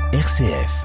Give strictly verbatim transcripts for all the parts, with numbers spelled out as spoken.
R C F.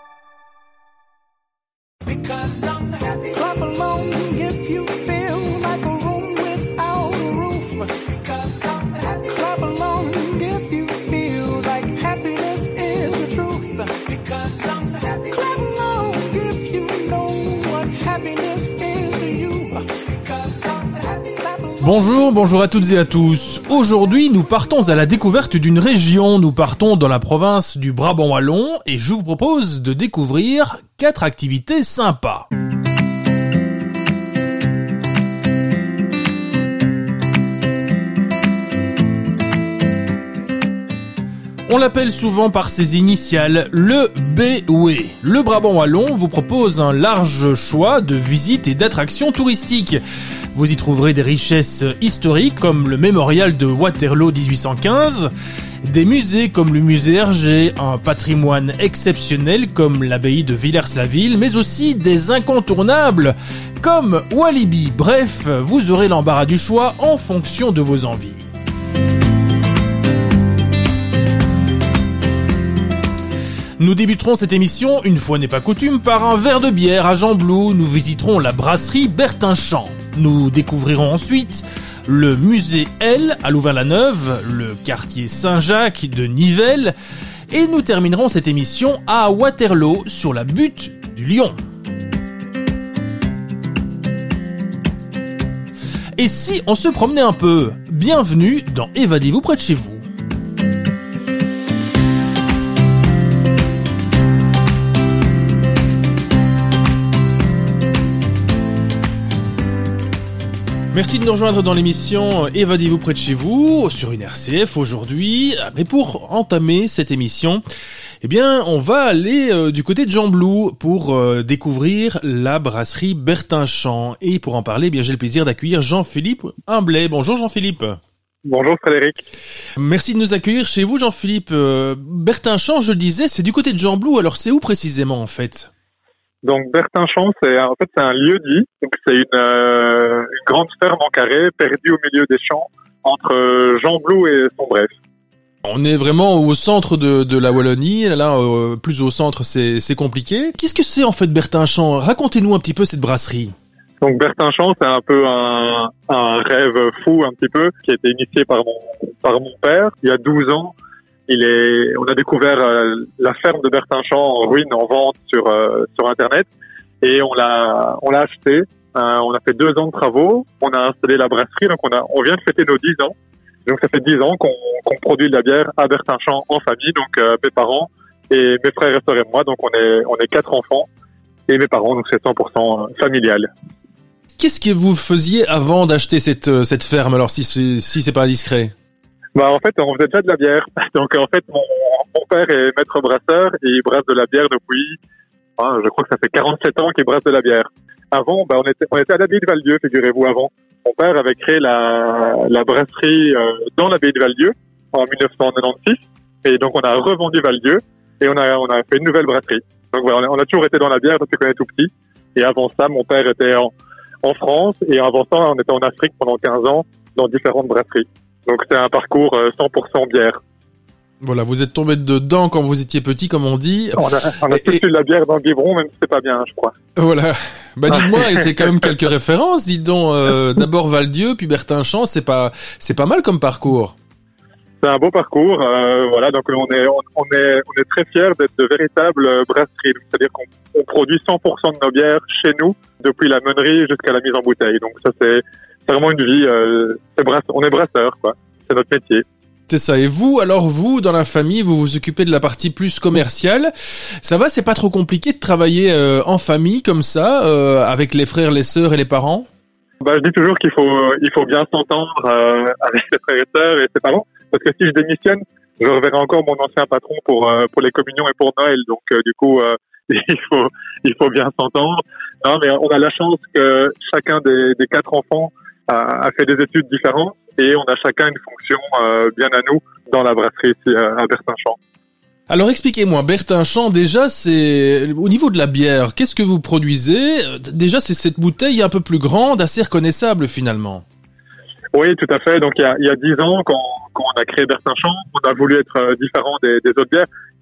Bonjour, bonjour à toutes et à tous. Aujourd'hui, nous partons à la découverte d'une région. Nous partons dans la province du Brabant wallon et je vous propose de découvrir quatre activités sympas. On l'appelle souvent par ses initiales, le B W E. Le Brabant wallon vous propose un large choix de visites et d'attractions touristiques. Vous y trouverez des richesses historiques comme le mémorial de Waterloo dix-huit cent quinze, des musées comme le musée Hergé, un patrimoine exceptionnel comme l'abbaye de Villers-la-Ville, mais aussi des incontournables comme Walibi. Bref, vous aurez l'embarras du choix en fonction de vos envies. Nous débuterons cette émission, une fois n'est pas coutume, par un verre de bière à Gembloux. Nous visiterons la brasserie Bertinchamp. Nous découvrirons ensuite le musée L à Louvain-la-Neuve, le quartier Saint-Jacques de Nivelles, et nous terminerons cette émission à Waterloo, sur la butte du Lion. Et si on se promenait un peu? Bienvenue dans Évadez-vous près de chez vous. Merci de nous rejoindre dans l'émission Évadez-vous près de chez vous, sur une R C F aujourd'hui. Mais pour entamer cette émission, eh bien, on va aller euh, du côté de Gembloux pour euh, découvrir la brasserie Bertinchamp. Et pour en parler, eh bien, j'ai le plaisir d'accueillir Jean-Philippe Humblet. Bonjour Jean-Philippe. Bonjour Frédéric. Merci de nous accueillir chez vous Jean-Philippe. Euh, Bertinchamp, je le disais, c'est du côté de Gembloux. Alors c'est où précisément en fait ? Donc Bertinchamp, c'est en fait c'est un lieu-dit. Donc c'est une, euh, une grande ferme en carré perdue au milieu des champs entre Gembloux et Sombref. On est vraiment au centre de, de la Wallonie. Là, euh, plus au centre, c'est, c'est compliqué. Qu'est-ce que c'est en fait Bertinchamp ? Racontez-nous un petit peu cette brasserie. Donc Bertinchamp, c'est un peu un, un rêve fou un petit peu qui a été initié par mon par mon père il y a douze ans. Il est, on a découvert euh, la ferme de Bertinchamp en ruine, en vente sur euh, sur internet, et on l'a on l'a acheté. Euh, on a fait deux ans de travaux. On a installé la brasserie, donc on a on vient de fêter nos dix ans. Donc ça fait dix ans qu'on qu'on produit de la bière à Bertinchamp en famille. Donc euh, mes parents et mes frères et sœurs et moi. Donc on est on est quatre enfants et mes parents. Donc c'est cent pour cent familial. Qu'est-ce que vous faisiez avant d'acheter cette cette ferme alors si c'est, si c'est pas indiscret? Bah en fait, on faisait déjà de la bière. Donc en fait, mon, mon père est maître brasseur et il brasse de la bière depuis, hein, je crois que ça fait quarante-sept ans qu'il brasse de la bière. Avant, bah on était on était à l'abbaye de Val-Dieu, figurez-vous avant. Mon père avait créé la la brasserie euh, dans l'abbaye de Val-Dieu en dix-neuf cent quatre-vingt-seize et donc on a revendu Val-Dieu et on a on a fait une nouvelle brasserie. Donc voilà, on a, on a toujours été dans la bière depuis qu'on est tout petit. Et avant ça, mon père était en en France et avant ça, on était en Afrique pendant quinze ans dans différentes brasseries. Donc c'est un parcours cent pour cent bière. Voilà, vous êtes tombé dedans quand vous étiez petit, comme on dit. On a, on a tous eu de la bière dans le biberon, même si c'est pas bien, je crois. Voilà. Bah dites-moi, et c'est quand même quelques références. Dites donc, euh, d'abord Val-Dieu, puis Bertinchamp, c'est pas, c'est pas mal comme parcours. C'est un beau parcours, euh, voilà. Donc on est, on, on est, on est très fiers d'être de véritables brasseries. Donc, c'est-à-dire qu'on on produit cent pour cent de nos bières chez nous, depuis la meunerie jusqu'à la mise en bouteille. Donc ça c'est C'est vraiment une vie, euh, c'est brasse, on est brasseur, quoi. C'est notre métier. C'est ça. Et vous, alors vous, dans la famille, vous vous occupez de la partie plus commerciale. Ça va, c'est pas trop compliqué de travailler euh, en famille comme ça, euh, avec les frères, les sœurs et les parents? Bah, je dis toujours qu'il faut, il faut bien s'entendre euh, avec ses frères et sœurs et ses parents, parce que si je démissionne, je reverrai encore mon ancien patron pour euh, pour les communions et pour Noël. Donc euh, du coup, euh, il faut il faut bien s'entendre. Non, mais on a la chance que chacun des, des quatre enfants a, a fait des études différentes et on a chacun une fonction euh, bien à nous dans la brasserie ici à Bertinchamp. Alors expliquez-moi, Bertinchamp, déjà, c'est au niveau de la bière, qu'est-ce que vous produisez? Déjà, c'est cette bouteille un peu plus grande, assez reconnaissable finalement. Oui, tout à fait. Donc il y a, il y a dix ans, quand, quand on a créé Bertinchamp, on a voulu être différent des, des autres bières.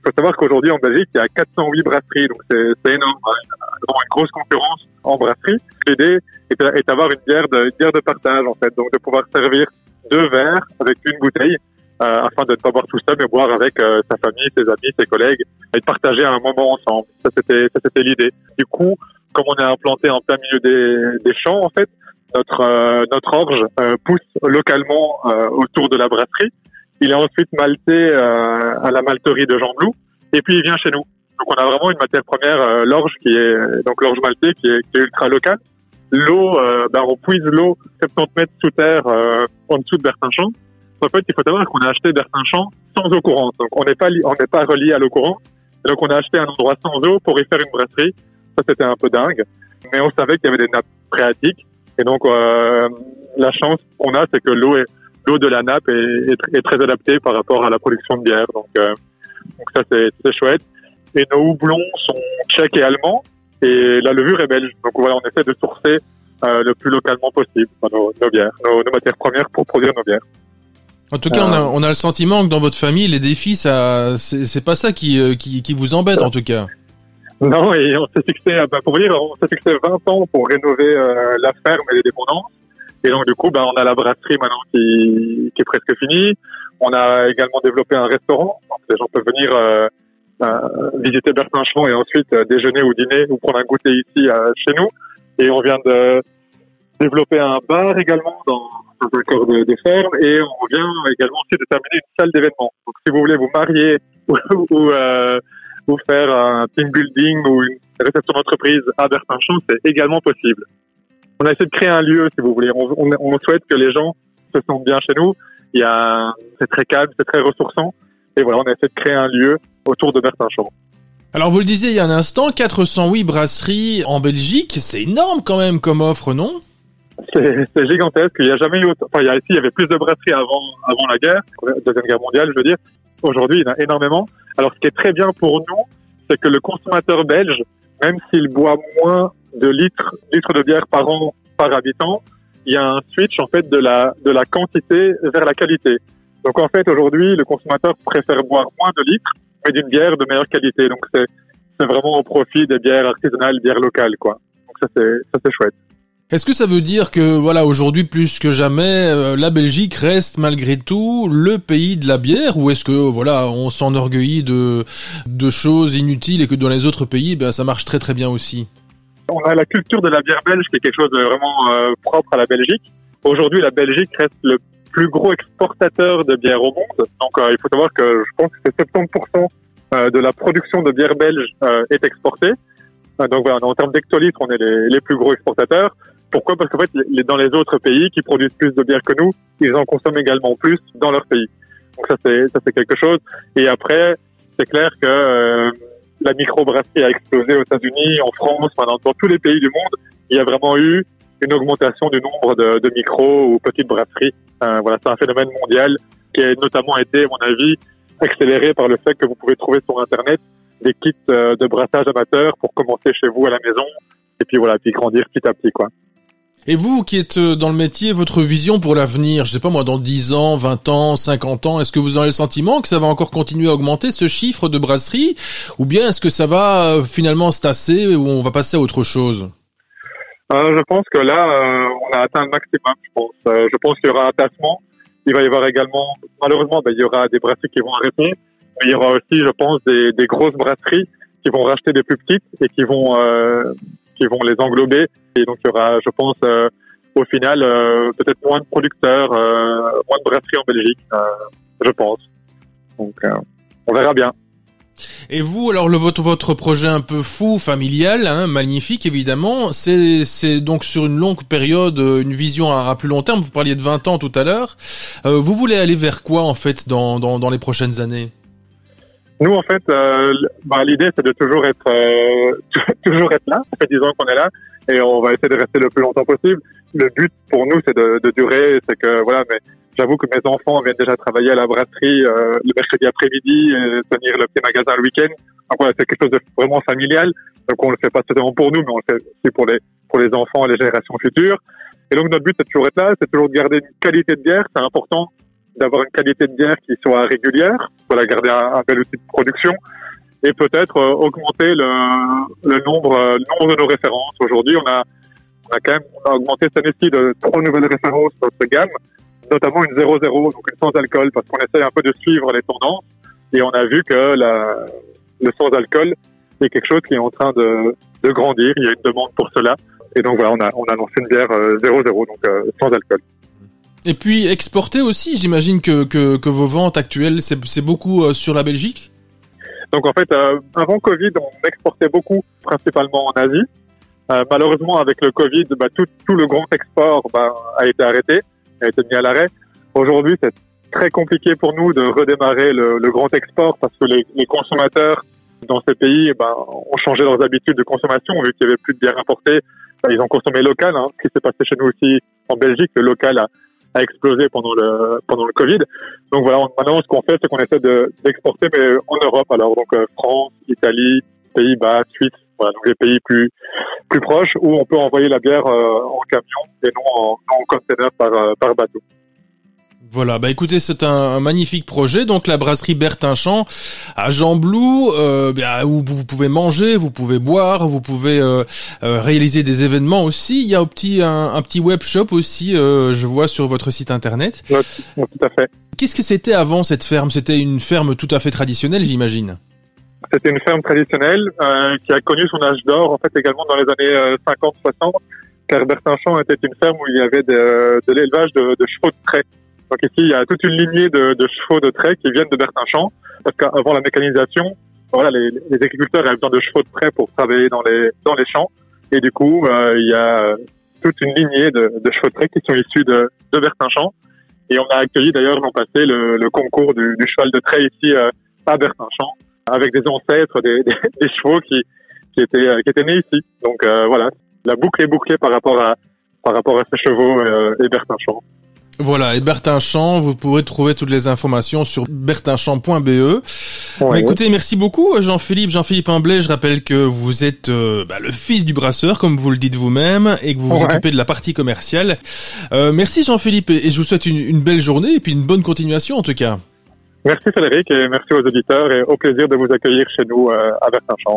Il faut savoir qu'aujourd'hui, en Belgique, il y a quatre cent huit brasseries, donc c'est, c'est énorme. Hein. Il y a vraiment une grosse concurrence en brasserie. L'idée est d'avoir une bière de, une bière de partage, en fait. Donc, de pouvoir servir deux verres avec une bouteille, euh, afin de ne pas boire tout seul, mais boire avec euh, sa famille, ses amis, ses collègues, et de partager un moment ensemble. Ça, c'était, ça, c'était l'idée. Du coup, comme on est implanté en plein milieu des, des champs, en fait, notre, euh, notre orge euh, pousse localement euh, autour de la brasserie. Il est ensuite malté euh, à la malterie de Jean Blou, et puis il vient chez nous. Donc on a vraiment une matière première, euh, l'orge qui est donc l'orge malté qui est, qui est ultra locale. L'eau, euh, ben on puise l'eau soixante-dix mètres sous terre euh, en dessous de Bertinchamp. En fait, il faut savoir qu'on a acheté Bertinchamp sans eau courante. Donc on n'est pas li- on n'est pas relié à l'eau courante. Et donc on a acheté un endroit sans eau pour y faire une brasserie. Ça c'était un peu dingue, mais on savait qu'il y avait des nappes phréatiques. Et donc euh, la chance qu'on a, c'est que l'eau est L'eau de la nappe est, est, est très adaptée par rapport à la production de bière. Donc, euh, donc ça, c'est, c'est chouette. Et nos houblons sont tchèques et allemands. Et la levure est belge. Donc voilà, on essaie de sourcer euh, le plus localement possible nos, nos bières, nos, nos matières premières pour produire nos bières. En tout cas, euh... on, a, on a le sentiment que dans votre famille, les défis, ça, c'est, c'est pas ça qui, qui, qui vous embête, en tout cas. Non, et on s'est fixé, bah, pour vous dire, on s'est fixé vingt ans pour rénover euh, la ferme et les dépendances. Et donc, du coup, ben, on a la brasserie maintenant qui, qui est presque finie. On a également développé un restaurant. Donc, les gens peuvent venir euh, euh, visiter Bertinchamp et ensuite euh, déjeuner ou dîner ou prendre un goûter ici euh, chez nous. Et on vient de développer un bar également dans, dans un corps de, de ferme. Et on vient également aussi de terminer une salle d'événement. Donc, si vous voulez vous marier ou, ou, euh, ou faire un team building ou une réception d'entreprise à Bertinchamp, c'est également possible. On a essayé de créer un lieu, si vous voulez. On, on, on souhaite que les gens se sentent bien chez nous. Il y a, c'est très calme, c'est très ressourçant. Et voilà, on a essayé de créer un lieu autour de Bertinchamp. Alors, vous le disiez il y a un instant, quatre cent huit brasseries en Belgique. C'est énorme quand même comme offre, non? C'est, c'est gigantesque. Il y a jamais eu autant. Enfin, il y a, ici, il y avait plus de brasseries avant, avant la guerre, la Deuxième Guerre mondiale, je veux dire. Aujourd'hui, il y en a énormément. Alors, ce qui est très bien pour nous, c'est que le consommateur belge, même s'il boit moins de litres, litres de bière par an, par habitant, il y a un switch, en fait, de la, de la quantité vers la qualité. Donc, en fait, aujourd'hui, le consommateur préfère boire moins de litres, mais d'une bière de meilleure qualité. Donc, c'est, c'est vraiment au profit des bières artisanales, bières locales, quoi. Donc, ça, c'est, ça, c'est chouette. Est-ce que ça veut dire que, voilà, aujourd'hui, plus que jamais, euh, la Belgique reste malgré tout le pays de la bière, ou est-ce que, voilà, on s'enorgueillit de, de choses inutiles et que dans les autres pays, ben, ça marche très très bien aussi? On a la culture de la bière belge qui est quelque chose de vraiment euh, propre à la Belgique. Aujourd'hui, la Belgique reste le plus gros exportateur de bière au monde. Donc, euh, il faut savoir que je pense que c'est soixante-dix pour cent euh, de la production de bière belge euh, est exportée. Euh, donc, voilà, en termes d'hectolitres, on est les, les plus gros exportateurs. Pourquoi? Parce qu'en fait, les, dans les autres pays qui produisent plus de bière que nous, ils en consomment également plus dans leur pays. Donc, ça, c'est, ça, c'est quelque chose. Et après, c'est clair que... Euh, la microbrasserie a explosé aux États-Unis, en France, enfin dans, dans tous les pays du monde. Il y a vraiment eu une augmentation du nombre de, de micros ou petites brasseries. Euh, voilà, c'est un phénomène mondial qui a notamment été, à mon avis, accéléré par le fait que vous pouvez trouver sur Internet des kits euh, de brassage amateurs pour commencer chez vous à la maison et puis voilà, puis grandir petit à petit, quoi. Et vous qui êtes dans le métier, votre vision pour l'avenir, je sais pas moi, dans dix ans, vingt ans, cinquante ans, est-ce que vous avez le sentiment que ça va encore continuer à augmenter ce chiffre de brasserie, ou bien est-ce que ça va euh, finalement se tasser ou on va passer à autre chose? euh, Je pense que là, euh, on a atteint le maximum, je pense. Euh, je pense qu'il y aura un tassement. Il va y avoir également, malheureusement, ben, il y aura des brasseries qui vont arrêter, mais il y aura aussi, je pense, des, des grosses brasseries qui vont racheter des plus petites et qui vont... Euh, qui vont les englober. Et donc, il y aura, je pense, euh, au final, euh, peut-être moins de producteurs, euh, moins de brasseries en Belgique, euh, je pense. Donc, euh, on verra bien. Et vous, alors, le votre, votre projet un peu fou, familial, hein, magnifique, évidemment, c'est, c'est donc sur une longue période, une vision à, à plus long terme. Vous parliez de vingt ans tout à l'heure. Euh, vous voulez aller vers quoi, en fait, dans, dans, dans les prochaines années? Nous, en fait, euh, bah, l'idée, c'est de toujours être, euh, toujours être là. Ça fait dix ans qu'on est là et on va essayer de rester le plus longtemps possible. Le but pour nous, c'est de, de durer. C'est que, voilà, mais j'avoue que mes enfants viennent déjà travailler à la brasserie euh, le mercredi après-midi, et tenir le petit magasin le week-end. Donc voilà, c'est quelque chose de vraiment familial. Donc on le fait pas seulement pour nous, mais on le fait aussi pour les pour les enfants et les générations futures. Et donc notre but, c'est de toujours être là, c'est toujours de garder une qualité de bière. C'est important d'avoir une qualité de bière qui soit régulière, voilà, garder un, un bel outil de production, et peut-être euh, augmenter le, le nombre, euh, le nombre de nos références. Aujourd'hui, on a, on a quand même on a augmenté cette année-ci de trois nouvelles références dans notre gamme, notamment une zéro zéro, donc une sans alcool, parce qu'on essaie un peu de suivre les tendances, et on a vu que la, le sans alcool est quelque chose qui est en train de, de grandir. Il y a une demande pour cela, et donc voilà, on a, on a lancé une bière euh, zéro zéro, donc euh, sans alcool. Et puis exporter aussi, j'imagine que, que, que vos ventes actuelles, c'est, c'est beaucoup euh, sur la Belgique? Donc en fait, euh, avant Covid, on exportait beaucoup, principalement en Asie. Euh, malheureusement, avec le Covid, bah, tout, tout le grand export bah, a été arrêté, a été mis à l'arrêt. Aujourd'hui, c'est très compliqué pour nous de redémarrer le, le grand export parce que les, les consommateurs dans ces pays bah, ont changé leurs habitudes de consommation. Vu qu'il n'y avait plus de bière importée, bah, ils ont consommé local. Hein. Ce qui s'est passé chez nous aussi en Belgique, le local a a explosé pendant le pendant le Covid. Donc voilà, on, maintenant ce qu'on fait, c'est qu'on essaie de d'exporter, mais en Europe. Alors donc euh, France, Italie, Pays-Bas, Suisse, voilà, donc les pays plus plus proches où on peut envoyer la bière euh, en camion et non en, non en container par euh, par bateau. Voilà, bah écoutez, c'est un, un magnifique projet, donc la brasserie Bertinchamp à Gembloux, euh, bah, où vous pouvez manger, vous pouvez boire, vous pouvez euh, euh, réaliser des événements aussi. Il y a un petit un, un petit web shop aussi, euh, je vois sur votre site internet. Oui, oui, tout à fait. Qu'est-ce que c'était avant cette ferme? C'était une ferme tout à fait traditionnelle, j'imagine. C'était une ferme traditionnelle euh, qui a connu son âge d'or en fait également dans les années euh, cinquante soixante, car Bertinchamp était une ferme où il y avait de, de l'élevage de, de chevaux de trait. Donc ici, il y a toute une lignée de, de chevaux de trait qui viennent de Bertinchamp, parce qu'avant la mécanisation, voilà, les, les agriculteurs avaient besoin de chevaux de trait pour travailler dans les dans les champs, et du coup, euh, il y a toute une lignée de, de chevaux de trait qui sont issus de, de Bertinchamp, et on a accueilli d'ailleurs l'an passé le, le concours du, du cheval de trait ici euh, à Bertinchamp, avec des ancêtres des, des, des chevaux qui qui étaient euh, qui étaient nés ici. Donc euh, voilà, la boucle est bouclée par rapport à par rapport à ces chevaux euh, et Bertinchamp. Voilà, et Bertinchamp, vous pourrez trouver toutes les informations sur bertinchamp point b e. Ouais. Mais écoutez, merci beaucoup Jean-Philippe, Jean-Philippe Imblay. Je rappelle que vous êtes euh, bah, le fils du brasseur, comme vous le dites vous-même, et que vous vous ouais. occupez de la partie commerciale. Euh, merci Jean-Philippe, et je vous souhaite une, une belle journée et puis une bonne continuation en tout cas. Merci Frédéric, et merci aux auditeurs, et au plaisir de vous accueillir chez nous euh, à Bertinchamp.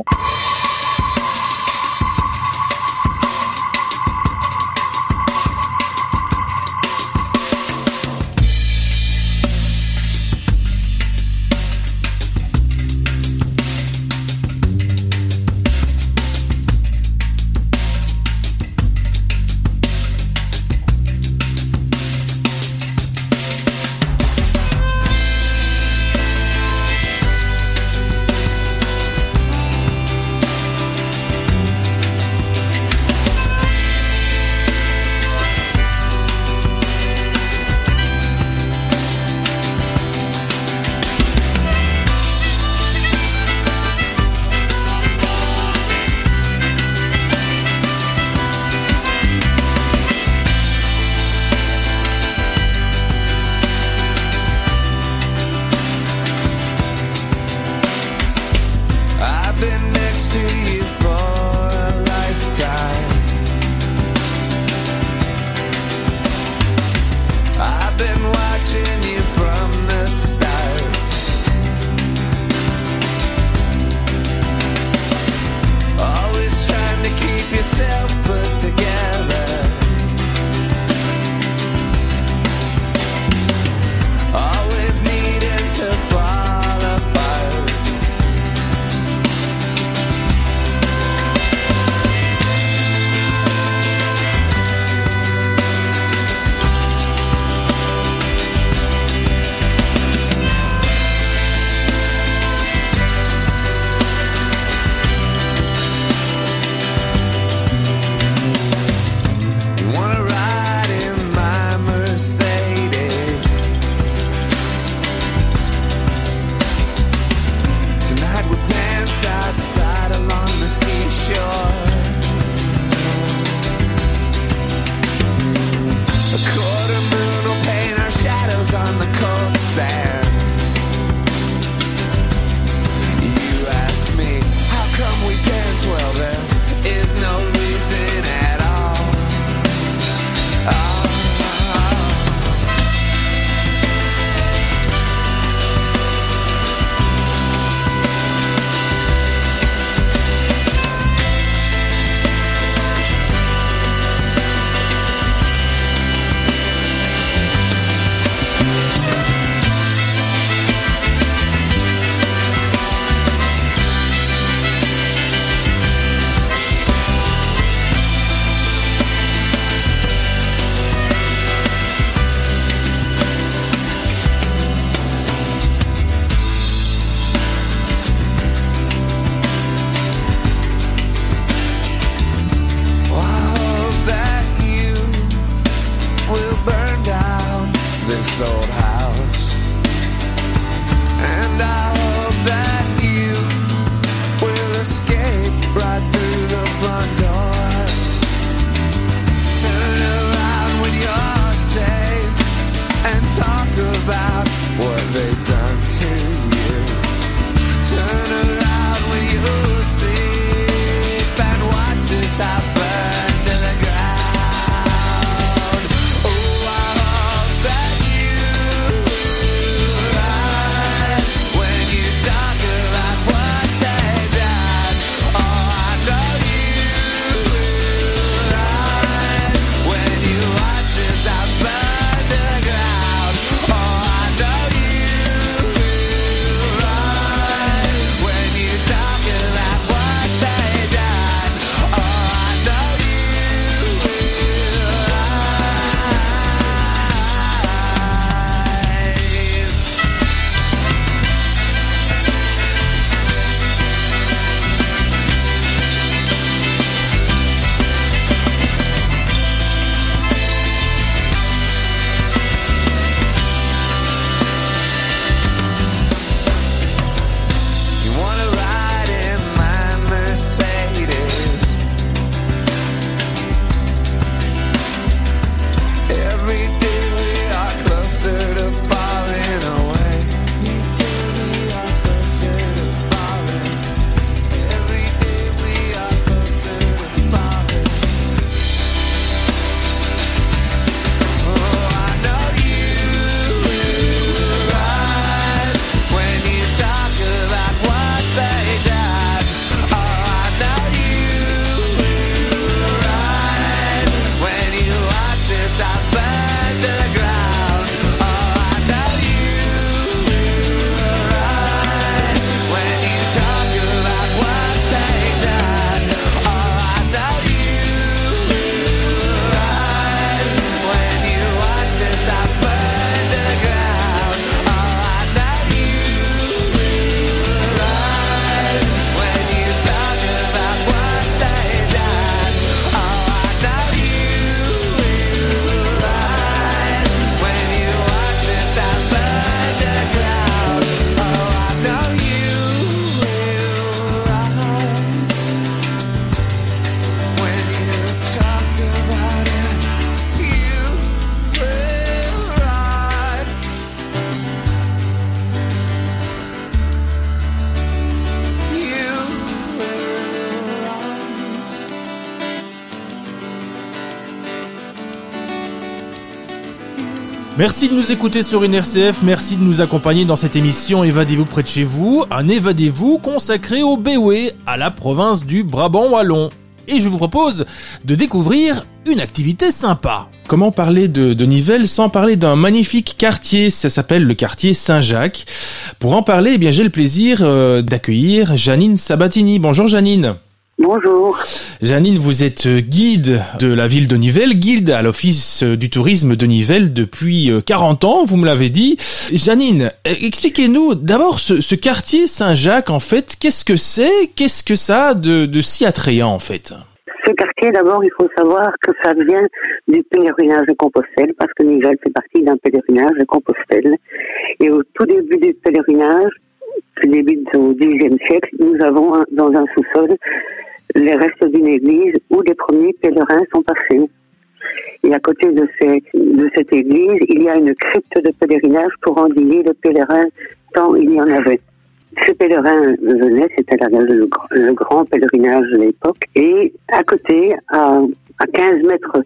Merci de nous écouter sur une R C F, merci de nous accompagner dans cette émission Évadez-vous près de chez vous, un Évadez-vous consacré au Béoué, à la province du Brabant wallon. Et je vous propose de découvrir une activité sympa. Comment parler de, de Nivelles sans parler d'un magnifique quartier? Ça s'appelle le quartier Saint-Jacques. Pour en parler, eh bien, j'ai le plaisir euh, d'accueillir Janine Sabatini. Bonjour Janine. Bonjour. Janine, vous êtes guide de la ville de Nivelles, guide à l'Office du tourisme de Nivelles depuis quarante ans, vous me l'avez dit. Janine, expliquez-nous d'abord ce, ce quartier Saint-Jacques, en fait, qu'est-ce que c'est? Qu'est-ce que ça a de, de si attrayant, en fait? Ce quartier, d'abord, il faut savoir que ça vient du pèlerinage de Compostelle, parce que Nivelles fait partie d'un pèlerinage de Compostelle. Et au tout début du pèlerinage, au début du dix-huitième siècle, nous avons dans un sous-sol les restes d'une église où les premiers pèlerins sont passés. Et à côté de, ces, de cette église, il y a une crypte de pèlerinage pour endiguer les pèlerins tant il y en avait. Ces pèlerins venaient, c'était le, le grand pèlerinage de l'époque. Et à côté, à, à quinze mètres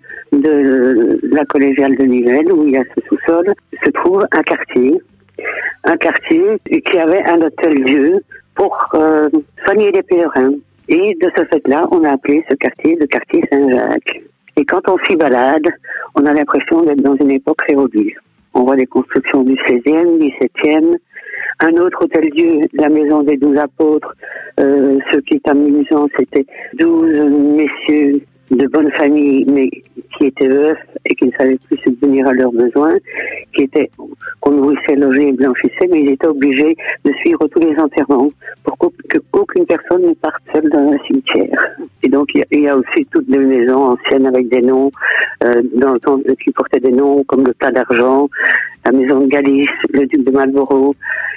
de la collégiale de Nivelles, où il y a ce sous-sol, se trouve un quartier. Un quartier qui avait un hôtel-dieu pour euh, soigner les pèlerins. Et de ce fait-là, on a appelé ce quartier le quartier Saint-Jacques. Et quand on s'y balade, on a l'impression d'être dans une époque révolue. On voit des constructions du seizième, dix-septième, un autre hôtel-dieu, la maison des douze apôtres. Euh, ce qui est amusant, c'était douze messieurs de bonne famille, mais qui étaient veufs et qui ne savaient plus subvenir à leurs besoins, qui étaient, qu'on nourrissait, logeait et blanchissait, mais ils étaient obligés de suivre tous les enterrements pour qu'aucune personne ne parte seule dans un cimetière. Et donc, il y, y a aussi toutes les maisons anciennes avec des noms, euh, dans le temps, qui portaient des noms comme le Plat d'Argent, la maison de Galice, le duc de Marlborough.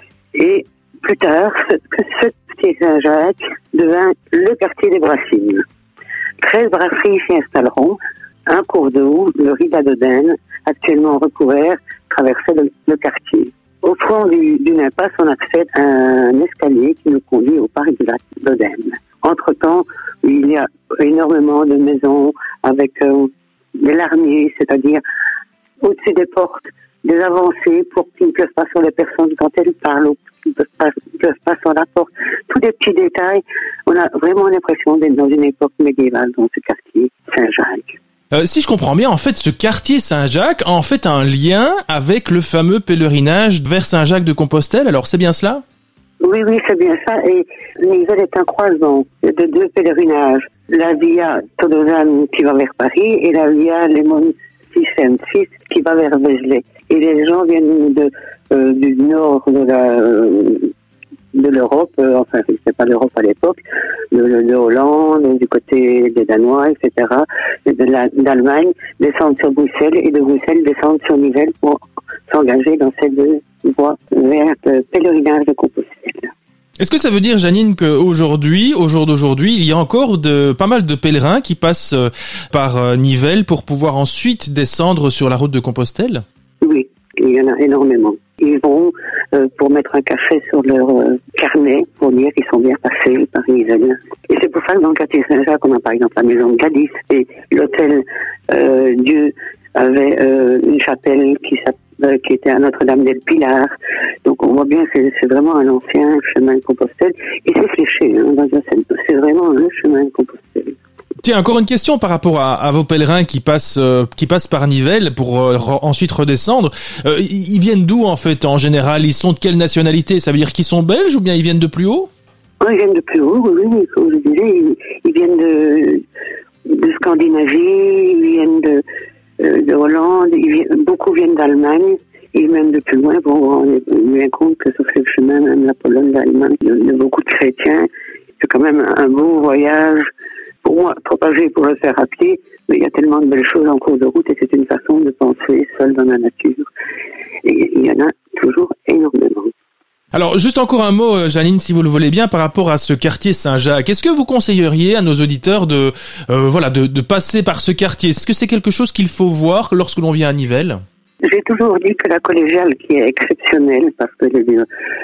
Et plus tard, ce, ce quartier Saint-Jacques devint le quartier des Brassines. treize brasseries s'y installeront. Un cours d'eau, le Rida d'Odène, actuellement recouvert, traversait le, le quartier. Au fond du, d'une impasse, on accède à un escalier qui nous conduit au parc du lac d'Odène. Entre-temps, il y a énormément de maisons avec euh, des larmiers, c'est-à-dire au-dessus des portes, des avancées pour qu'ils ne pleuvent pas sur les personnes quand elles parlent, ou qu'ils ne pleuvent pas, pleuvent pas sur la porte. Tous des petits détails. On a vraiment l'impression d'être dans une époque médiévale dans ce quartier Saint-Jacques. Euh, si je comprends bien, en fait, ce quartier Saint-Jacques a en fait un lien avec le fameux pèlerinage vers Saint-Jacques de Compostelle. Alors, c'est bien cela? Oui, oui, c'est bien ça. Et Nivelles est un croisement de deux pèlerinages. La Via Tolosane qui va vers Paris et la Via Lemon six qui va vers Vézelay. Et les gens viennent de, euh, du nord de la... Euh, de l'Europe, euh, enfin c'était pas l'Europe à l'époque, de, de Hollande, du côté des Danois, et cetera, de la, d'Allemagne, descendent sur Bruxelles et de Bruxelles descendent sur Nivelles pour s'engager dans cette voie vers le pèlerinage de Compostelle. Est-ce que ça veut dire, Janine, qu'aujourd'hui, au jour d'aujourd'hui, il y a encore de, pas mal de pèlerins qui passent par Nivelles pour pouvoir ensuite descendre sur la route de Compostelle? Oui, il y en a énormément. Ils vont euh, pour mettre un café sur leur euh, carnet pour dire qu'ils sont bien passés par Nivelles. Et c'est pour ça que dans le quartier Saint-Jacques, on a par exemple la maison de Galice et l'hôtel euh, Dieu avait euh, une chapelle qui, euh, qui était à Notre-Dame del Pilar. Donc on voit bien que c'est, c'est vraiment un ancien chemin de Compostelle. Et c'est fléché, hein, dans un, c'est vraiment un chemin de Compostelle. Tiens, encore une question par rapport à, à vos pèlerins qui passent euh, qui passent par Nivelles pour euh, re, ensuite redescendre. Euh, ils viennent d'où en fait en général? Ils sont de quelle nationalité? Ça veut dire qu'ils sont belges ou bien ils viennent de plus haut? Oui, ils viennent de plus haut, oui, oui, comme je disais, ils, ils viennent de, de Scandinavie, ils viennent de, euh, de Hollande, ils viennent, beaucoup viennent d'Allemagne. Et même de plus loin, bon, on est bien compte que sur ce chemin, même la Pologne, l'Allemagne, il y a beaucoup de chrétiens. C'est quand même un beau voyage. Pour moi, trop âgé pour le faire à pied, mais il y a tellement de belles choses en cours de route et c'est une façon de penser seul dans la nature. Et il y en a toujours énormément. Alors, juste encore un mot, Janine, si vous le voulez bien, par rapport à ce quartier Saint-Jacques. Est-ce que vous conseilleriez à nos auditeurs de, euh, voilà, de, de passer par ce quartier? Est-ce que c'est quelque chose qu'il faut voir lorsque l'on vient à Nivelles? J'ai toujours dit que la collégiale, qui est exceptionnelle, parce que les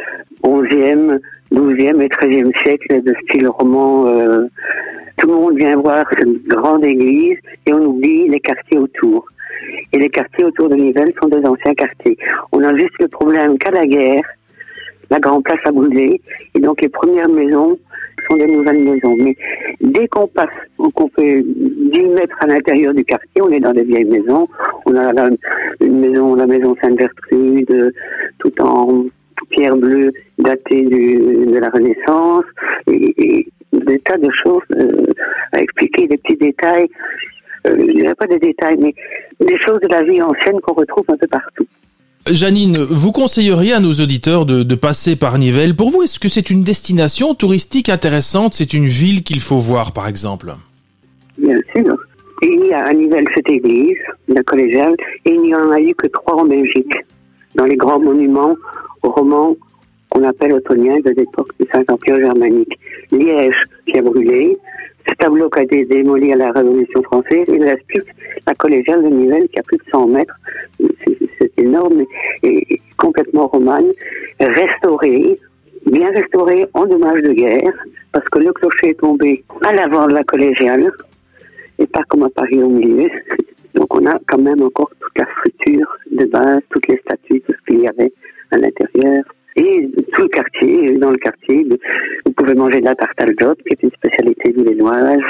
onzième, douzième et treizième siècle de style roman, euh, tout le monde vient voir cette grande église et on oublie les quartiers autour. Et les quartiers autour de Nivelles sont des anciens quartiers. On a juste le problème qu'à la guerre, la Grande Place a brûlé, et donc les premières maisons sont des nouvelles maisons. Mais dès qu'on passe, qu'on fait dix mètres à l'intérieur du quartier, on est dans des vieilles maisons. On a là une maison, la maison Sainte-Gertrude, tout en pierre bleue, datée du, de la Renaissance, et, et des tas de choses euh, à expliquer, des petits détails. Euh, je dirais pas des détails, mais des choses de la vie ancienne qu'on retrouve un peu partout. Janine, vous conseilleriez à nos auditeurs de, de passer par Nivelles. Pour vous, est-ce que c'est une destination touristique intéressante? C'est une ville qu'il faut voir, par exemple? Bien sûr. Il y a à Nivelles cette église, la collégiale, et il n'y en a eu que trois en Belgique, dans les grands monuments romans qu'on appelle ottoniens de l'époque du Saint-Empire germanique. Liège, qui a brûlé, ce tableau qui a été démoli à la Révolution française, il reste plus la collégiale de Nivelles qui a plus de cent mètres, c'est, c'est énorme, et, et complètement romane, restaurée, bien restaurée en dommages de guerre, parce que le clocher est tombé à l'avant de la collégiale, et pas comme à Paris au milieu. Donc on a quand même encore toute la structure de base, toutes les statues, tout ce qu'il y avait à l'intérieur. Et tout le quartier, dans le quartier, vous pouvez manger de la tarte aljotte, qui est une spécialité villénoise.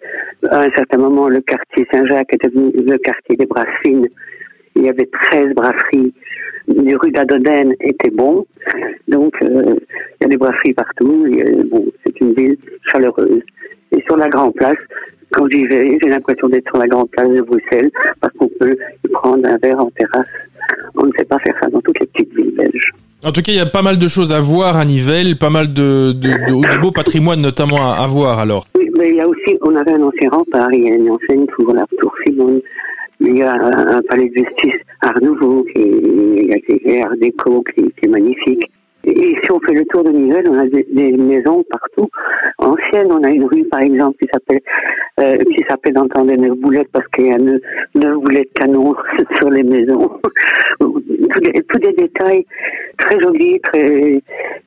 À un certain moment, le quartier Saint-Jacques est devenu le quartier des brasseries. Il y avait treize brasseries. Les rues d'Adodène étaient bons. Donc, euh, il y a des brasseries partout. Et, euh, bon, c'est une ville chaleureuse. Et sur la Grande Place, quand j'y vais, j'ai l'impression d'être sur la Grande Place de Bruxelles, parce qu'on peut y prendre un verre en terrasse. On ne sait pas faire ça dans toutes les petites villes belges. En tout cas, il y a pas mal de choses à voir à Nivelles, pas mal de, de, de, de beaux patrimoines notamment à, à voir alors. Oui, mais il y a aussi, on avait un ancien rempart, il y a une enseigne pour la Tour Simone, il y a un palais de justice Art Nouveau, qui est Art déco, qui, qui est magnifique. Et si on fait le tour de Nivelles, on a des, des maisons partout ancienles. On a une rue, par exemple, qui s'appelle euh, qui s'appelle dans le temps des neuf boulettes parce qu'il y a neuf, neuf boulettes canon sur les maisons. tous, des, tous des détails très jolis, très.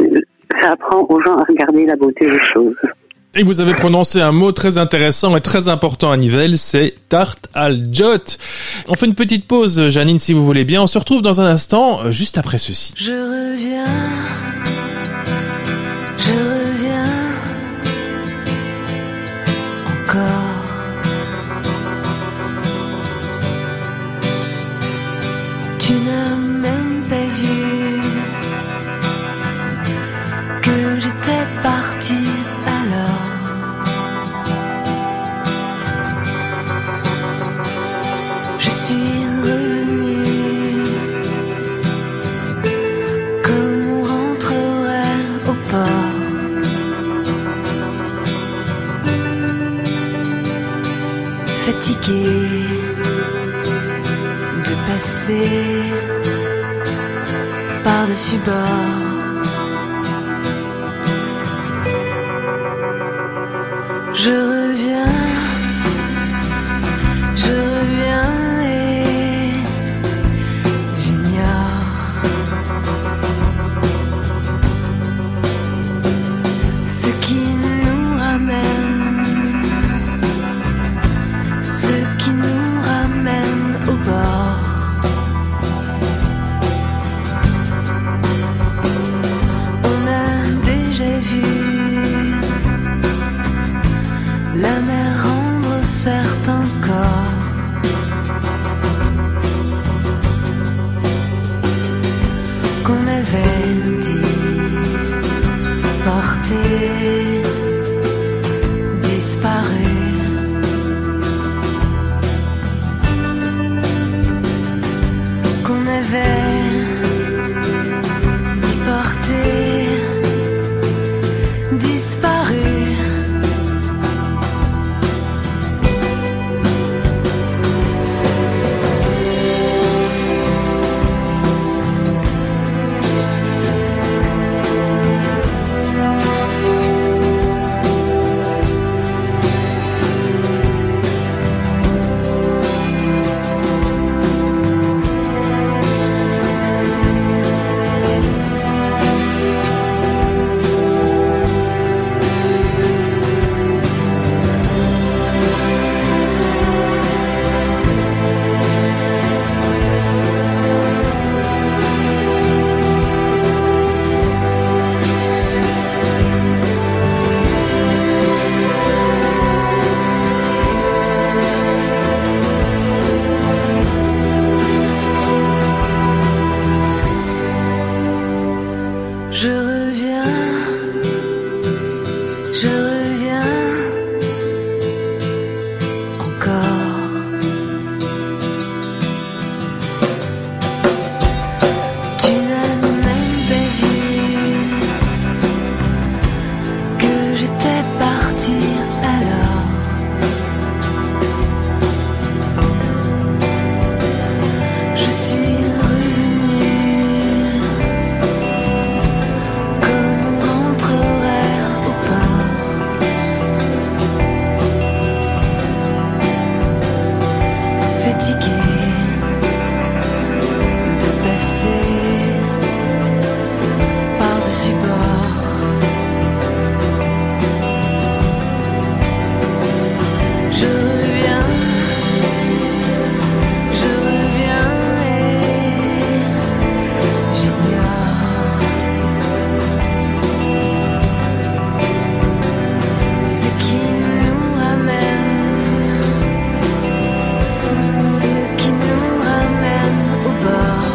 Ça apprend aux gens à regarder la beauté des choses. Et vous avez prononcé un mot très intéressant et très important à Nivelles, c'est tarte aljotte. On fait une petite pause, Janine, si vous voulez bien. On se retrouve dans un instant, juste après ceci. Je reviens, je reviens encore. Tu n'as même pas vu que j'étais partie alors. Je suis revenue comme on rentrerait au port. Fatiguée de passer par-dessus bord. Je reviens, je reviens et j'ignore ce qui nous ramène, ce qui nous ramène au bord. On a déjà vu la mer rendre certains corps. Qu'on avait dit porter, disparu. Qu'on avait dit porter, disparu. je reviens encore. Tu n'as même pas vu que j'étais partie alors. Je suis revenue comme on rentrerait au port. Fatiguée de passer par-dessus bord. Je reviens, je reviens et j'ignore ce qui nous ramène, ce qui nous ramène au bord.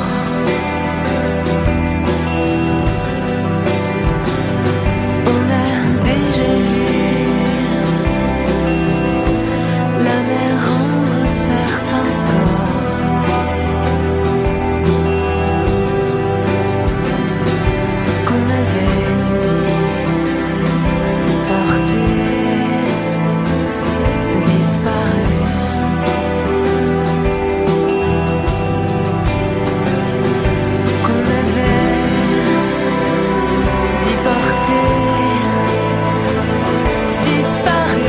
On a déjà vu la mer rendre certains corps. Qu'on avait dit porter disparu. Qu'on avait dit porter disparu.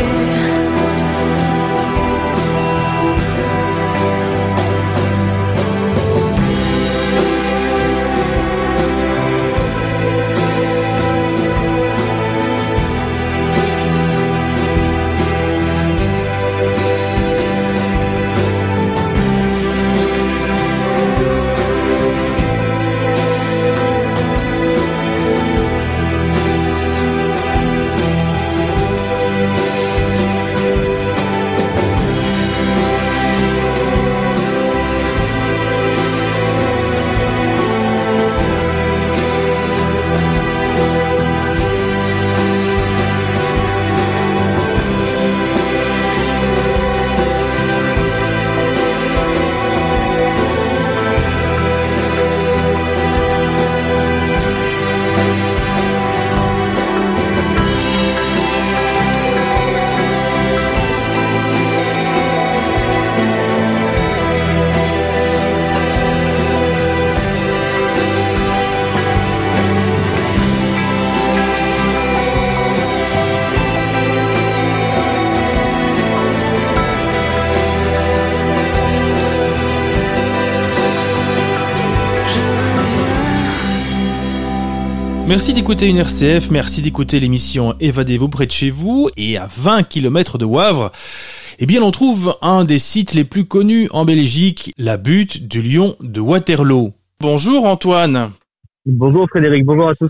Merci d'écouter une R C F, merci d'écouter l'émission Évadez-vous près de chez vous. Et à vingt kilomètres de Wavre, eh bien on trouve un des sites les plus connus en Belgique, la butte du Lion de Waterloo. Bonjour Antoine. Bonjour Frédéric, bonjour à tous.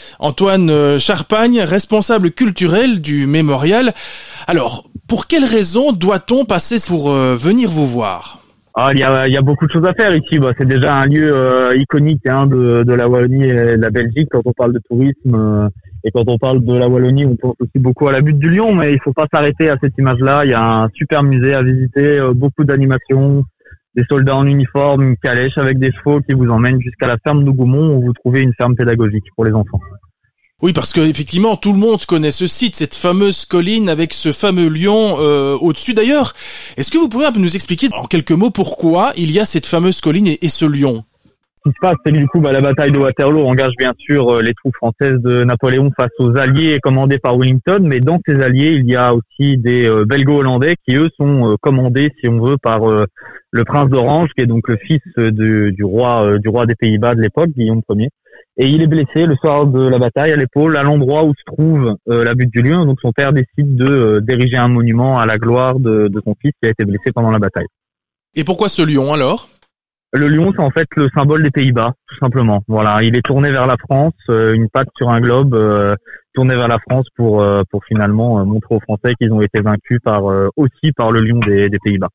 Antoine Charpagne, responsable culturel du mémorial. Alors, pour quelles raisons doit-on passer pour euh, venir vous voir ? Ah, il y a, il y a beaucoup de choses à faire ici. Bah, c'est déjà un lieu euh, iconique hein, de, de la Wallonie et de la Belgique quand on parle de tourisme. Euh, et quand on parle de la Wallonie, on pense aussi beaucoup à la butte du Lion, mais il faut pas s'arrêter à cette image-là. Il y a un super musée à visiter, euh, beaucoup d'animations, des soldats en uniforme, une calèche avec des chevaux qui vous emmènent jusqu'à la ferme d'Hougoumont où vous trouvez une ferme pédagogique pour les enfants. Oui, parce que effectivement, tout le monde connaît ce site, cette fameuse colline avec ce fameux lion euh, au-dessus. D'ailleurs, est-ce que vous pouvez un peu nous expliquer en quelques mots pourquoi il y a cette fameuse colline et, et ce lion ? Ce qui se passe, c'est que du coup, bah, la bataille de Waterloo engage bien sûr euh, les troupes françaises de Napoléon face aux Alliés commandés par Wellington, mais dans ces Alliés, il y a aussi des euh, Belgo-Hollandais qui, eux, sont euh, commandés, si on veut, par euh, le prince d'Orange, qui est donc le fils euh, de, du roi euh, du roi des Pays-Bas de l'époque, Guillaume Ier. Et il est blessé le soir de la bataille à l'épaule, à l'endroit où se trouve euh, la butte du Lion. Donc son père décide de euh, d'ériger un monument à la gloire de, de son fils qui a été blessé pendant la bataille. Et pourquoi ce lion alors ? Le lion, c'est en fait le symbole des Pays-Bas, tout simplement. Voilà, il est tourné vers la France, euh, une patte sur un globe, euh, tourné vers la France pour euh, pour finalement euh, montrer aux Français qu'ils ont été vaincus par euh, aussi par le lion des, des Pays-Bas.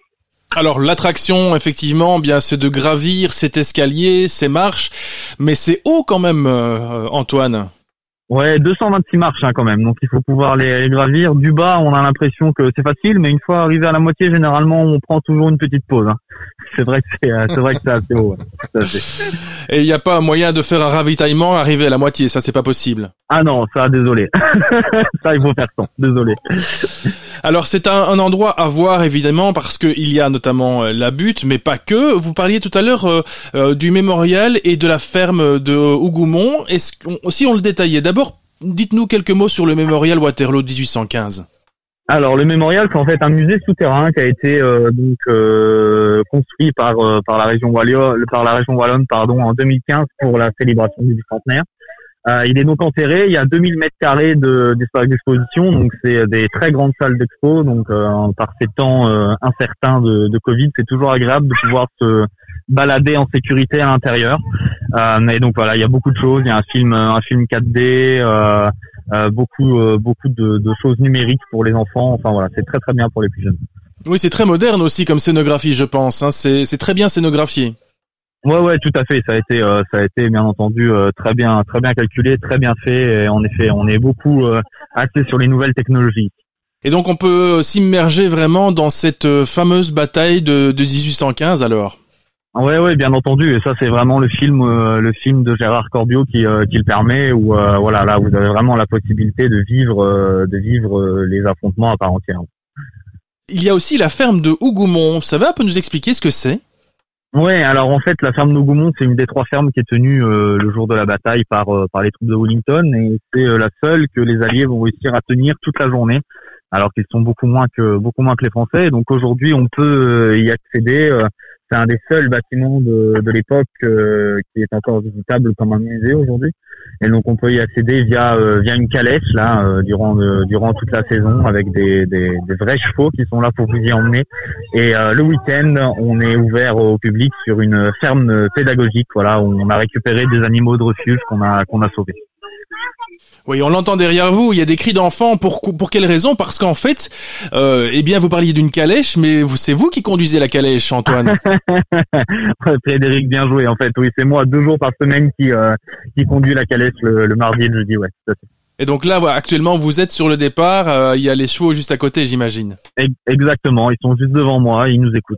Alors l'attraction, effectivement, bien c'est de gravir cet escalier, ces marches, mais c'est haut quand même, euh, Antoine. Ouais, deux cent vingt-six marches hein, quand même, donc il faut pouvoir les, les gravir. Du bas, on a l'impression que c'est facile, mais une fois arrivé à la moitié, généralement, on prend toujours une petite pause. Hein. C'est vrai que c'est, c'est vrai que c'est assez haut. Ouais. Et il n'y a pas moyen de faire un ravitaillement arrivé à la moitié, ça c'est pas possible. Ah non, ça, désolé. Ça, il faut faire sans, désolé. Alors c'est un, un endroit à voir évidemment parce que il y a notamment euh, la butte, mais pas que. Vous parliez tout à l'heure euh, euh, du mémorial et de la ferme de Hougoumont. Est-ce qu'on, si on le détaillait, d'abord, dites-nous quelques mots sur le mémorial Waterloo dix-huit cent quinze. Alors le mémorial, c'est en fait un musée souterrain qui a été euh, donc euh, construit par euh, par la région wallonne, par la région wallonne pardon en deux mille quinze pour la célébration du bicentenaire. Euh, il est donc enterré. Il y a deux mille mètres carrés de d'espace d'exposition, donc c'est des très grandes salles d'expo. Donc euh, par ces temps euh, incertains de, de Covid, c'est toujours agréable de pouvoir se balader en sécurité à l'intérieur. Euh, et donc voilà, il y a beaucoup de choses. Il y a un film, un film quatre D, euh, euh, beaucoup euh, beaucoup de, de choses numériques pour les enfants. Enfin voilà, c'est très très bien pour les plus jeunes. Oui, c'est très moderne aussi comme scénographie, je pense. Hein. C'est c'est très bien scénographié. Ouais, ouais, tout à fait. Ça a été, euh, ça a été bien entendu euh, très bien, très bien calculé, très bien fait. Et en effet, on est beaucoup euh, axé sur les nouvelles technologies. Et donc, on peut s'immerger vraiment dans cette fameuse bataille de, de dix-huit cent quinze, alors. Ouais, ouais, bien entendu. Et ça, c'est vraiment le film, euh, le film de Gérard Corbiot qui, euh, qui le permet. Où euh, voilà, là, vous avez vraiment la possibilité de vivre, euh, de vivre euh, les affrontements à part entière. Il y a aussi la ferme de Hougoumont. Ça va un peu nous expliquer ce que c'est? Ouais, alors en fait, la ferme d'Hougoumont, c'est une des trois fermes qui est tenue euh, le jour de la bataille par euh, par les troupes de Wellington, et c'est euh, la seule que les Alliés vont réussir à tenir toute la journée, alors qu'ils sont beaucoup moins que beaucoup moins que les Français. Et donc aujourd'hui, on peut euh, y accéder. Euh, c'est un des seuls bâtiments de, de l'époque euh, qui est encore visitable comme un musée aujourd'hui. Et donc on peut y accéder via euh, via une calèche là euh, durant euh, durant toute la saison avec des, des des vrais chevaux qui sont là pour vous y emmener. Et euh, le week-end, on est ouvert au public sur une ferme pédagogique, voilà, où on a récupéré des animaux de refuge qu'on a qu'on a sauvés. Oui, on l'entend derrière vous, il y a des cris d'enfants. Pour pour quelle raison? Parce qu'en fait, euh, eh bien, vous parliez d'une calèche, mais vous, c'est vous qui conduisez la calèche, Antoine. Frédéric, bien joué. En fait, oui, c'est moi deux jours par semaine qui euh, qui conduit la calèche le, le mardi et le jeudi, ouais. Tout à fait. Et donc là, voilà, actuellement, vous êtes sur le départ. Euh, il y a les chevaux juste à côté, j'imagine. Exactement, ils sont juste devant moi, ils nous écoutent.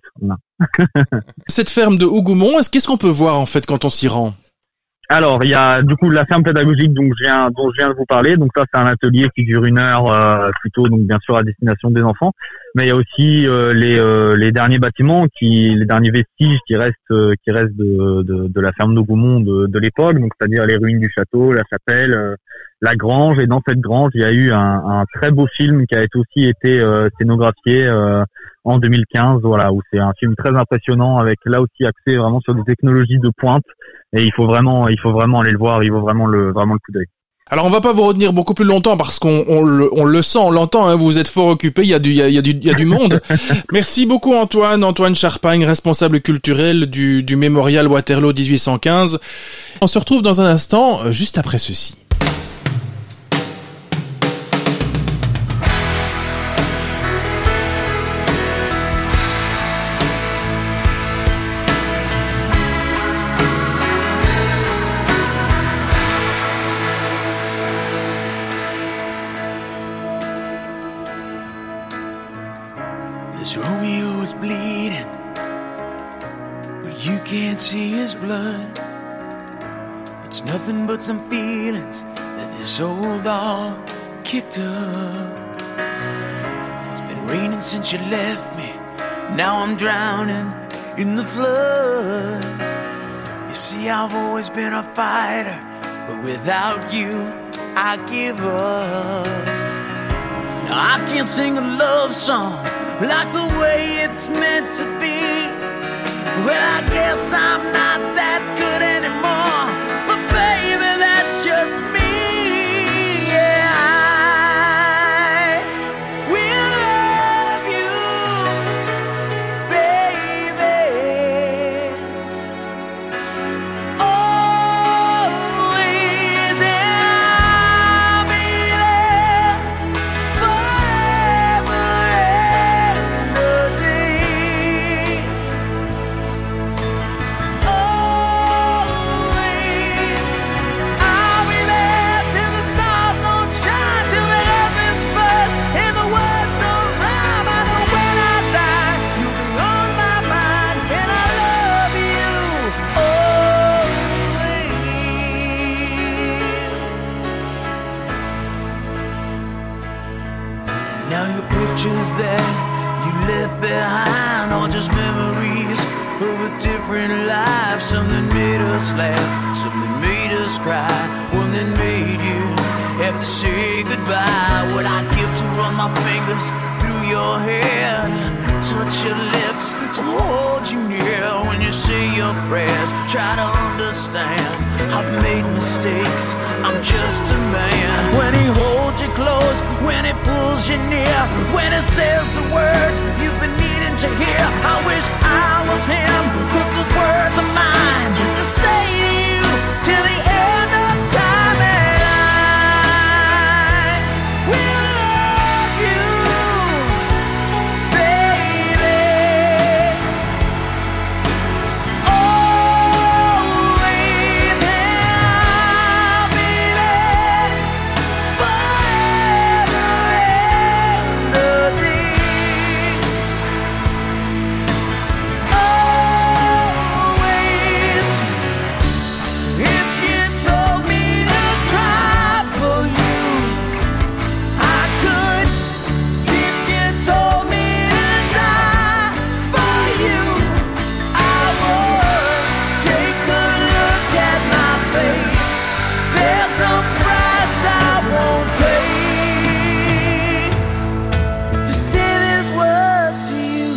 Cette ferme de Hougoumont, qu'est-ce qu'on peut voir en fait quand on s'y rend? Alors, il y a du coup la ferme pédagogique dont je viens, dont je viens de vous parler. Donc ça, c'est un atelier qui dure une heure, euh, plutôt, donc bien sûr à destination des enfants. Mais il y a aussi euh, les, euh, les derniers bâtiments, qui, les derniers vestiges qui restent, euh, qui restent de, de, de la ferme d'Hougoumont de, de l'époque. Donc c'est-à-dire les ruines du château, la chapelle, euh, la grange. Et dans cette grange, il y a eu un, un très beau film qui a aussi été euh, scénographié euh, en deux mille quinze. Voilà, où c'est un film très impressionnant avec là aussi axé vraiment sur des technologies de pointe. Et il faut vraiment, il faut vraiment aller le voir. Il vaut vraiment le, vraiment le coup d'œil. Alors on va pas vous retenir beaucoup plus longtemps parce qu'on on le, on le sent, on l'entend. Hein, vous êtes fort occupé. Il y a du, il y a, il y a du, il y a du monde. Merci beaucoup Antoine, Antoine Charpagne, responsable culturel du, du mémorial Waterloo dix-huit cent quinze. On se retrouve dans un instant, juste après ceci. This Romeo is bleeding, but you can't see his blood. It's nothing but some feelings that this old dog kicked up. It's been raining since you left me, now I'm drowning in the flood. You see, I've always been a fighter, but without you, I give up. Now I can't sing a love song like the way it's meant to be. Well, I guess I'm not that good anymore, but baby, that's just me. Yeah, I will love you, baby, always, and I'll be there forever. Oh Now your pictures that you left behind are just memories of a different life. Something made us laugh, something made us cry, one that made you have to say goodbye. What I'd give to run my fingers through your hair, touch your lips, to hold you near when you say your prayers. Try to understand, I've made mistakes, I'm just a man. When he holds you close, when he pulls you near, when he says the words you've been needing to hear, I wish I was him, but those words are mine to say to you till the end of time. And I will love you, baby, always, and I'll be there forever and a day. Always, if you told me to cry for you, I could. If you told me to die for you, I would. Take a look at my face, there's no price I won't pay to say these words to you.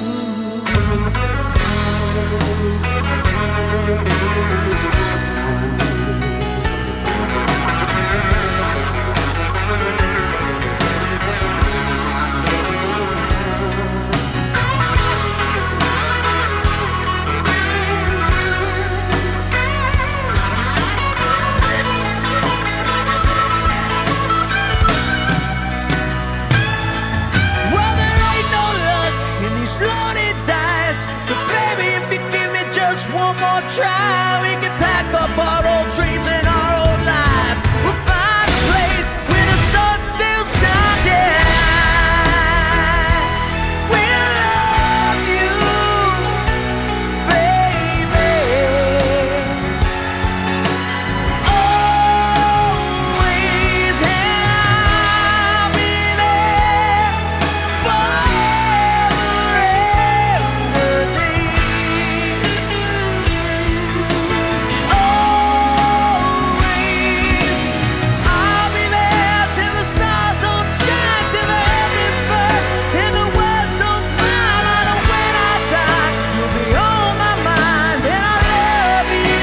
Well, there ain't no luck in these loaded dice, but baby, if you give me just one more try, we can pack up our old dreams and our old lives. We'll find a place where the sun still shines. Yeah, we'll love you, baby, always, and I'll be there forever and a day. Always, I'll be there till the stars don't shine, till the heavens burst and the words don't cry. And when I die, you'll be on my mind, and I love you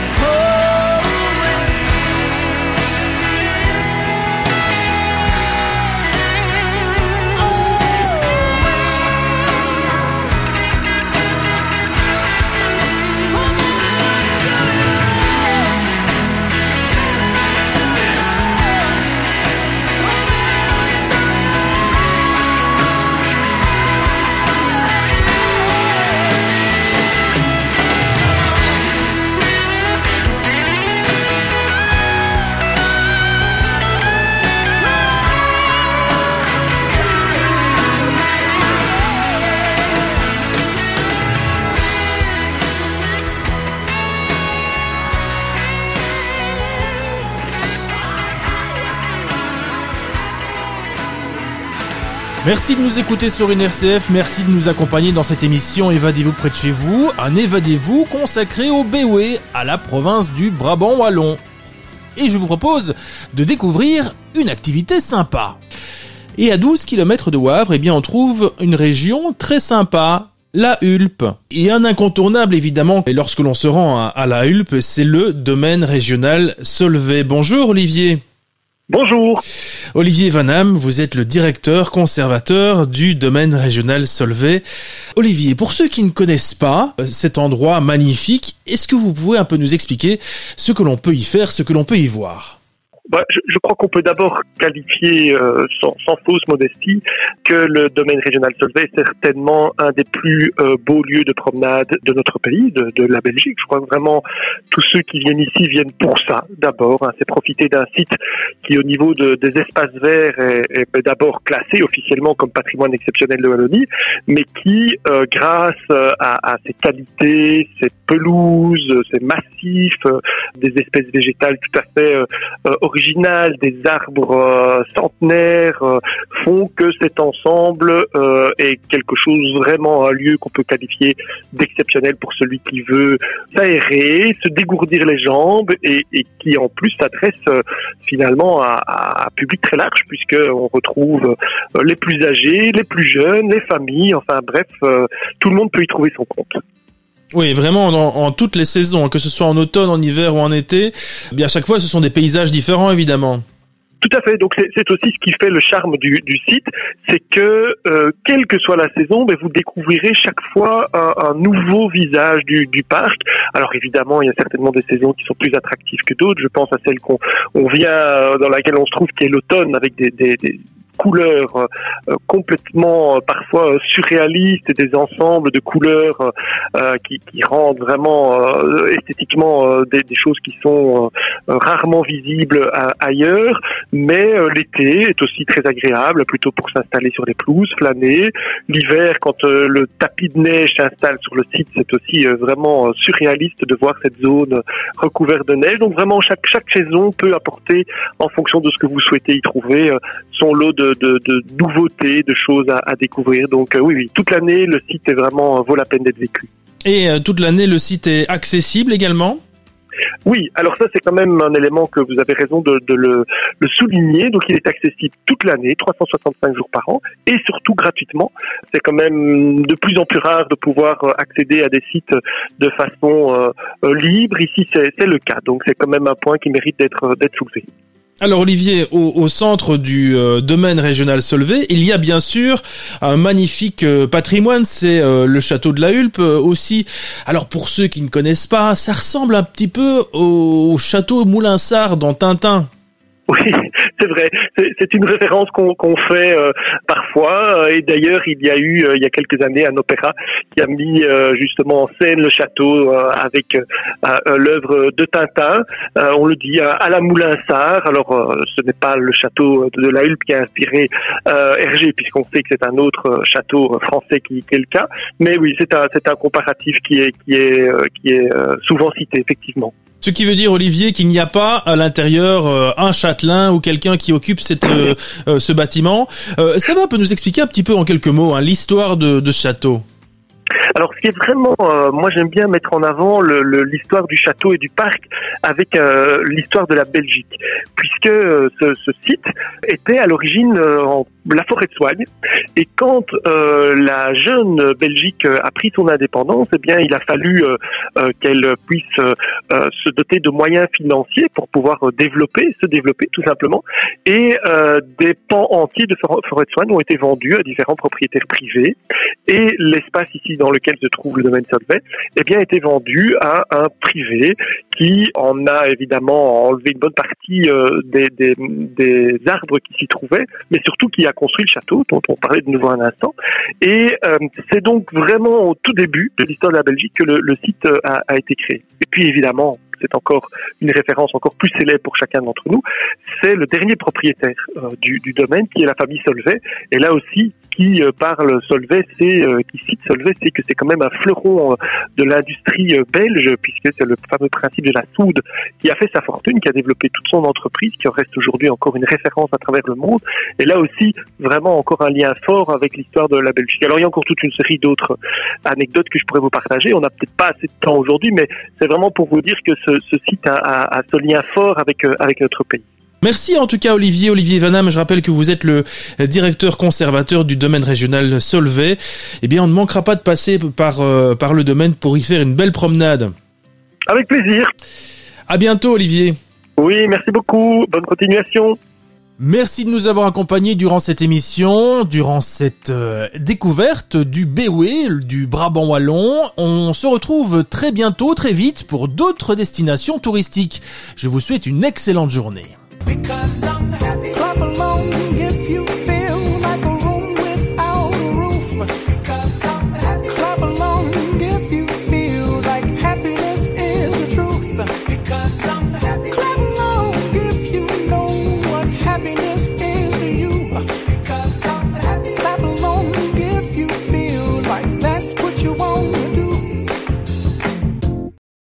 Merci de nous écouter sur N R C F, merci de nous accompagner dans cette émission Évadez-vous près de chez vous, un Évadez-vous consacré au Béoué, à la province du Brabant Wallon. Et je vous propose de découvrir une activité sympa. Et à douze kilomètres de Wavre, eh bien, on trouve une région très sympa, la Hulpe. Et un incontournable, évidemment, et lorsque l'on se rend à, à la Hulpe, c'est le domaine régional Solvay. Bonjour Olivier. Bonjour. Olivier Vanham, vous êtes le directeur conservateur du domaine régional Solvay. Olivier, pour ceux qui ne connaissent pas cet endroit magnifique, est-ce que vous pouvez un peu nous expliquer ce que l'on peut y faire, ce que l'on peut y voir ? Bah, je, je crois qu'on peut d'abord qualifier, euh, sans, sans fausse modestie, que le domaine régional Solvay est certainement un des plus euh, beaux lieux de promenade de notre pays, de, de la Belgique. Je crois que vraiment tous ceux qui viennent ici viennent pour ça, d'abord. Hein, c'est profiter d'un site qui, au niveau de, des espaces verts, est, est d'abord classé officiellement comme patrimoine exceptionnel de Wallonie, mais qui, euh, grâce à, à ses qualités, ses pelouses, ses massifs, euh, des espèces végétales tout à fait euh, originales, des arbres euh, centenaires, euh, font que cet ensemble euh, est quelque chose vraiment, un lieu qu'on peut qualifier d'exceptionnel pour celui qui veut s'aérer, se dégourdir les jambes et, et qui en plus s'adresse euh, finalement à, à un public très large, puisqu'on retrouve euh, les plus âgés, les plus jeunes, les familles, enfin bref, euh, tout le monde peut y trouver son compte. Oui, vraiment, en, en toutes les saisons, que ce soit en automne, en hiver ou en été, eh bien à chaque fois, ce sont des paysages différents, évidemment. Tout à fait. Donc c'est, c'est aussi ce qui fait le charme du, du site, c'est que euh, quelle que soit la saison, ben, vous découvrirez chaque fois un, un nouveau visage du, du parc. Alors évidemment, il y a certainement des saisons qui sont plus attractives que d'autres. Je pense à celle qu'on on vient dans laquelle on se trouve, qui est l'automne, avec des, des, des couleurs euh, complètement euh, parfois euh, surréalistes et des ensembles de couleurs euh, qui, qui rendent vraiment euh, esthétiquement euh, des, des choses qui sont euh, rarement visibles à, ailleurs, mais euh, l'été est aussi très agréable, plutôt pour s'installer sur les pelouses, flâner. L'hiver, quand euh, le tapis de neige s'installe sur le site, c'est aussi euh, vraiment euh, surréaliste de voir cette zone recouverte de neige. Donc vraiment, chaque, chaque saison peut apporter, en fonction de ce que vous souhaitez y trouver, euh, son lot de De, de nouveautés, de choses à, à découvrir. Donc euh, oui, oui, toute l'année, le site est vraiment euh, vaut la peine d'être vécu. Et euh, toute l'année, le site est accessible également ? Oui, alors ça c'est quand même un élément que vous avez raison de, de le, le souligner. Donc il est accessible toute l'année, trois cent soixante-cinq jours par an, et surtout gratuitement. C'est quand même de plus en plus rare de pouvoir accéder à des sites de façon euh, libre. Ici c'est, c'est le cas, donc c'est quand même un point qui mérite d'être, d'être soulevé. Alors Olivier, au, au centre du euh, domaine régional Solvay, il y a bien sûr un magnifique euh, patrimoine, c'est euh, le château de la Hulpe euh, aussi. Alors pour ceux qui ne connaissent pas, ça ressemble un petit peu au, au château Moulinsart dans Tintin. Oui, c'est vrai. C'est, c'est une référence qu'on, qu'on fait euh, parfois. Et d'ailleurs, il y a eu, euh, il y a quelques années, un opéra qui a mis euh, justement en scène le château euh, avec euh, l'œuvre de Tintin. Euh, on le dit à, à la Moulinsart. Alors, euh, ce n'est pas le château de la Hulpe qui a inspiré euh, Hergé, puisqu'on sait que c'est un autre château français qui, qui est le cas. Mais oui, c'est un, c'est un comparatif qui est, qui est, euh, qui est euh, souvent cité, effectivement. Ce qui veut dire, Olivier, qu'il n'y a pas à l'intérieur euh, un châtelain ou quelqu'un qui occupe cette, euh, euh, ce bâtiment. Euh, ça va, peut nous expliquer un petit peu en quelques mots hein, l'histoire de, de ce château ? Alors, ce qui est vraiment, euh, moi j'aime bien mettre en avant le, le, l'histoire du château et du parc avec euh, l'histoire de la Belgique, puisque euh, ce, ce site était à l'origine euh, en la forêt de soigne, et quand euh, la jeune Belgique a pris son indépendance, eh bien il a fallu euh, euh, qu'elle puisse euh, se doter de moyens financiers pour pouvoir développer, se développer tout simplement, et euh, des pans entiers de forêt de soigne ont été vendus à différents propriétaires privés, et l'espace ici dans lequel se trouve le domaine Solvay, eh bien, a été vendu à un privé qui en a évidemment enlevé une bonne partie euh, des, des, des arbres qui s'y trouvaient, mais surtout qui a construit le château, dont on parlait de nouveau un instant. Et euh, c'est donc vraiment au tout début de l'histoire de la Belgique que le, le site a, a été créé. Et puis évidemment, c'est encore une référence encore plus célèbre pour chacun d'entre nous, c'est le dernier propriétaire euh, du, du domaine, qui est la famille Solvay. Et là aussi, qui euh, parle Solvay, c'est euh, qui cite Solvay, c'est que c'est quand même un fleuron euh, de l'industrie euh, belge, puisque c'est le fameux principe de la soude qui a fait sa fortune, qui a développé toute son entreprise, qui en reste aujourd'hui encore une référence à travers le monde. Et là aussi, vraiment encore un lien fort avec l'histoire de la Belgique. Alors il y a encore toute une série d'autres anecdotes que je pourrais vous partager. On n'a peut-être pas assez de temps aujourd'hui, mais c'est vraiment pour vous dire que ce, ce site a, a, a ce lien fort avec, euh, avec notre pays. Merci en tout cas Olivier, Olivier Vanham. Je rappelle que vous êtes le directeur conservateur du domaine régional Solvay. Eh bien, on ne manquera pas de passer par, euh, par le domaine pour y faire une belle promenade. Avec plaisir. À bientôt Olivier. Oui, merci beaucoup. Bonne continuation. Merci de nous avoir accompagnés durant cette émission, durant cette euh, découverte du Béoué, du Brabant wallon. On se retrouve très bientôt, très vite, pour d'autres destinations touristiques. Je vous souhaite une excellente journée. Because